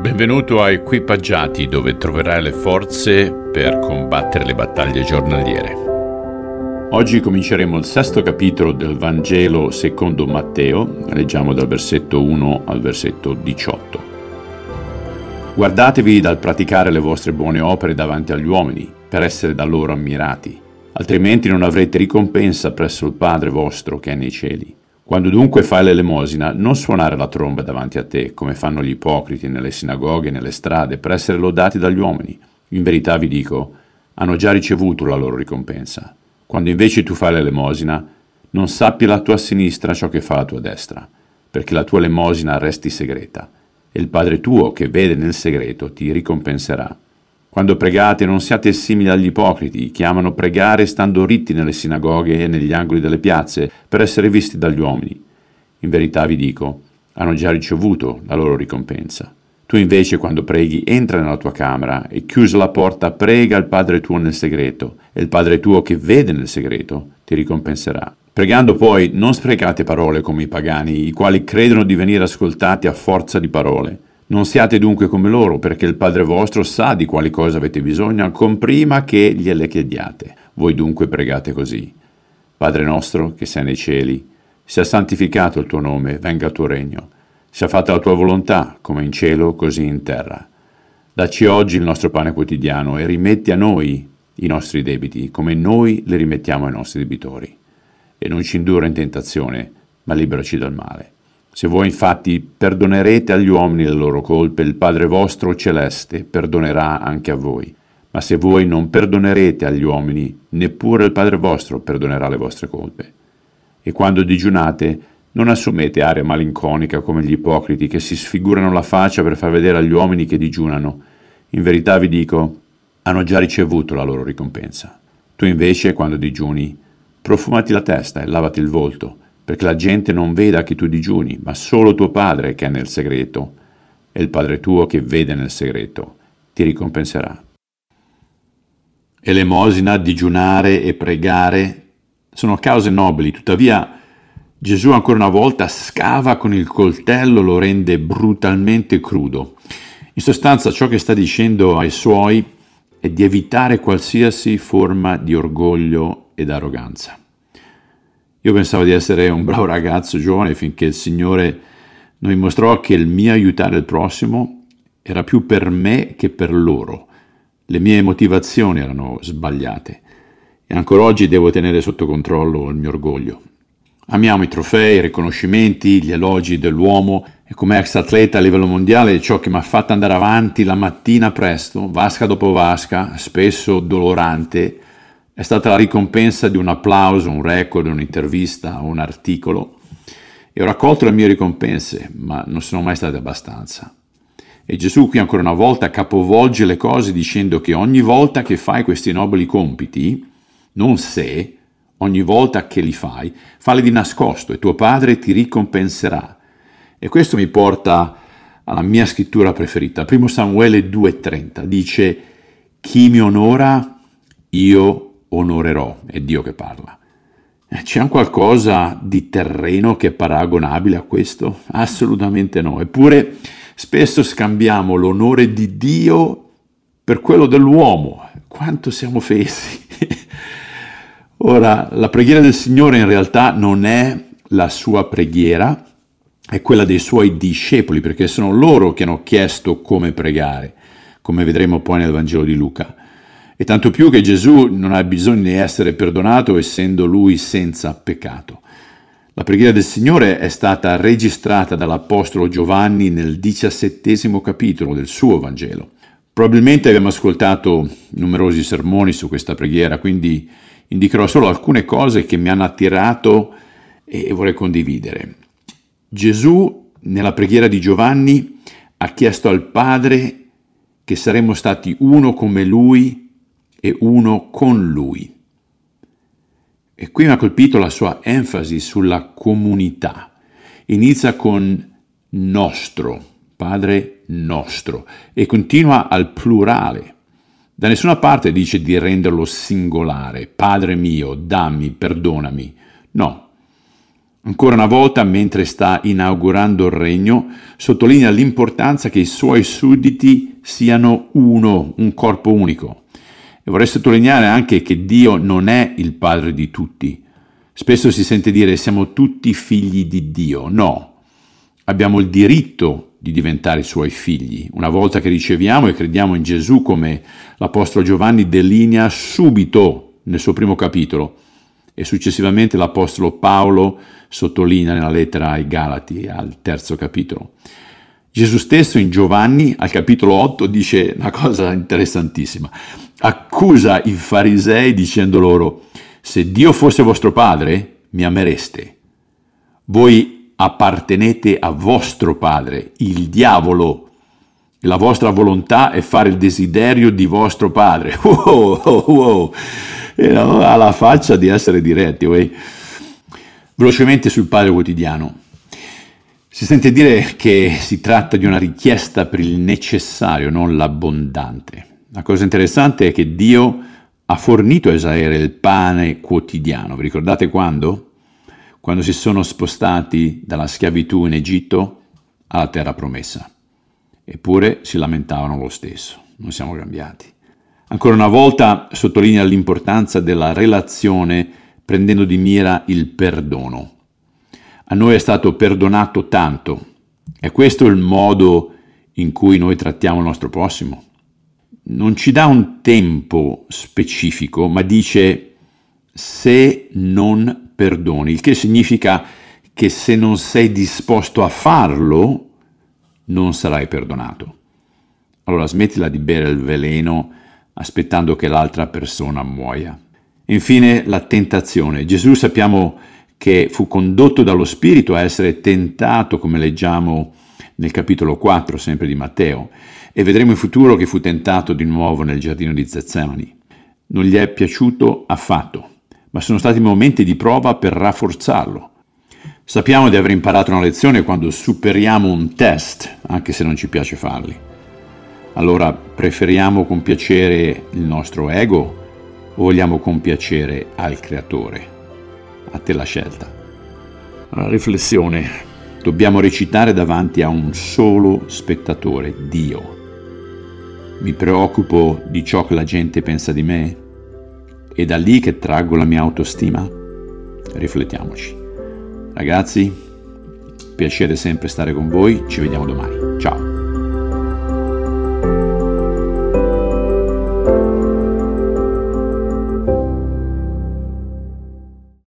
Benvenuto a Equipaggiati, dove troverai le forze per combattere le battaglie giornaliere. Oggi cominceremo il 6° capitolo del Vangelo secondo Matteo. Leggiamo dal versetto 1 al versetto 18. Guardatevi dal praticare le vostre buone opere davanti agli uomini, per essere da loro ammirati, altrimenti non avrete ricompensa presso il Padre vostro che è nei cieli. Quando dunque fai l'elemosina, non suonare la tromba davanti a te, come fanno gli ipocriti nelle sinagoghe e nelle strade, per essere lodati dagli uomini. In verità vi dico, hanno già ricevuto la loro ricompensa. Quando invece tu fai l'elemosina, non sappi la tua sinistra ciò che fa la tua destra, perché la tua elemosina resti segreta, e il Padre tuo che vede nel segreto ti ricompenserà. Quando pregate non siate simili agli ipocriti, che amano pregare stando ritti nelle sinagoghe e negli angoli delle piazze, per essere visti dagli uomini. In verità vi dico, hanno già ricevuto la loro ricompensa. Tu invece quando preghi entra nella tua camera e chiusa la porta prega il Padre tuo nel segreto, e il Padre tuo che vede nel segreto ti ricompenserà. Pregando poi non sprecate parole come i pagani, i quali credono di venire ascoltati a forza di parole. Non siate dunque come loro, perché il Padre vostro sa di quali cose avete bisogno, ancor prima che gliele chiediate. Voi dunque pregate così. Padre nostro, che sei nei cieli, sia santificato il tuo nome, venga il tuo regno. Sia fatta la tua volontà, come in cielo, così in terra. Dacci oggi il nostro pane quotidiano e rimetti a noi i nostri debiti, come noi li rimettiamo ai nostri debitori. E non ci indurre in tentazione, ma liberaci dal male. Se voi infatti perdonerete agli uomini le loro colpe, il Padre vostro celeste perdonerà anche a voi. Ma se voi non perdonerete agli uomini, neppure il Padre vostro perdonerà le vostre colpe. E quando digiunate, non assumete aria malinconica come gli ipocriti che si sfigurano la faccia per far vedere agli uomini che digiunano. In verità vi dico, hanno già ricevuto la loro ricompensa. Tu invece, quando digiuni, profumati la testa e lavati il volto, perché la gente non veda che tu digiuni, ma solo tuo Padre che è nel segreto, e il Padre tuo che vede nel segreto ti ricompenserà. Elemosina, digiunare e pregare sono cause nobili, tuttavia Gesù ancora una volta scava con il coltello, lo rende brutalmente crudo. In sostanza ciò che sta dicendo ai suoi è di evitare qualsiasi forma di orgoglio ed arroganza. Io pensavo di essere un bravo ragazzo giovane finché il Signore non mi mostrò che il mio aiutare il prossimo era più per me che per loro. Le mie motivazioni erano sbagliate e ancora oggi devo tenere sotto controllo il mio orgoglio. Amiamo i trofei, i riconoscimenti, gli elogi dell'uomo e come ex atleta a livello mondiale ciò che mi ha fatto andare avanti la mattina presto, vasca dopo vasca, spesso dolorante, è stata la ricompensa di un applauso, un record, un'intervista, un articolo. E ho raccolto le mie ricompense, ma non sono mai state abbastanza. E Gesù qui ancora una volta capovolge le cose dicendo che ogni volta che fai questi nobili compiti, non se, ogni volta che li fai, falli di nascosto e tuo Padre ti ricompenserà. E questo mi porta alla mia scrittura preferita. 1 Samuele 2,30 dice: chi mi onora, io onorerò. È Dio che parla. C'è un qualcosa di terreno che è paragonabile a questo? Assolutamente no. Eppure spesso scambiamo l'onore di Dio per quello dell'uomo. Quanto siamo fesi! Ora, la preghiera del Signore in realtà non è la sua preghiera, è quella dei suoi discepoli, perché sono loro che hanno chiesto come pregare, come vedremo poi nel Vangelo di Luca. E tanto più che Gesù non ha bisogno di essere perdonato essendo lui senza peccato. La preghiera del Signore è stata registrata dall'Apostolo Giovanni nel 17° capitolo del suo Vangelo. Probabilmente abbiamo ascoltato numerosi sermoni su questa preghiera, quindi indicherò solo alcune cose che mi hanno attirato e vorrei condividere. Gesù, nella preghiera di Giovanni, ha chiesto al Padre che saremmo stati uno come Lui e uno con Lui. E qui mi ha colpito la sua enfasi sulla comunità. Inizia con nostro, Padre nostro, e continua al plurale. Da nessuna parte dice di renderlo singolare, Padre mio, dammi, perdonami. No. Ancora una volta, mentre sta inaugurando il regno, sottolinea l'importanza che i suoi sudditi siano uno, un corpo unico. E vorrei sottolineare anche che Dio non è il padre di tutti. Spesso si sente dire siamo tutti figli di Dio. No, abbiamo il diritto di diventare i suoi figli. Una volta che riceviamo e crediamo in Gesù, come l'Apostolo Giovanni delinea subito nel suo primo capitolo, e successivamente l'Apostolo Paolo sottolinea nella lettera ai Galati, al 3° capitolo. Gesù stesso in Giovanni, al capitolo 8, dice una cosa interessantissima. Accusa i farisei dicendo loro: se Dio fosse vostro padre, mi amereste. Voi appartenete a vostro padre, il diavolo, e la vostra volontà è fare il desiderio di vostro padre. Wow. Ha la faccia di essere diretti. Velocemente sul Padre quotidiano. Si sente dire che si tratta di una richiesta per il necessario, non l'abbondante. La cosa interessante è che Dio ha fornito a Israele il pane quotidiano. Vi ricordate quando? Quando si sono spostati dalla schiavitù in Egitto alla terra promessa. Eppure si lamentavano lo stesso. Non siamo cambiati. Ancora una volta sottolinea l'importanza della relazione prendendo di mira il perdono. A noi è stato perdonato tanto. È questo il modo in cui noi trattiamo il nostro prossimo? Non ci dà un tempo specifico, ma dice se non perdoni, il che significa che se non sei disposto a farlo, non sarai perdonato. Allora smettila di bere il veleno aspettando che l'altra persona muoia. Infine la tentazione. Gesù sappiamo che fu condotto dallo Spirito a essere tentato, come leggiamo nel capitolo 4, sempre di Matteo, e vedremo in futuro che fu tentato di nuovo nel giardino di Getsemani. Non gli è piaciuto affatto, ma sono stati momenti di prova per rafforzarlo. Sappiamo di aver imparato una lezione quando superiamo un test, anche se non ci piace farli. Allora, preferiamo compiacere il nostro ego o vogliamo compiacere al Creatore? A te la scelta. La riflessione. Dobbiamo recitare davanti a un solo spettatore, Dio. Mi preoccupo di ciò che la gente pensa di me? È da lì che traggo la mia autostima? Riflettiamoci. Ragazzi, piacere sempre stare con voi. Ci vediamo domani. Ciao.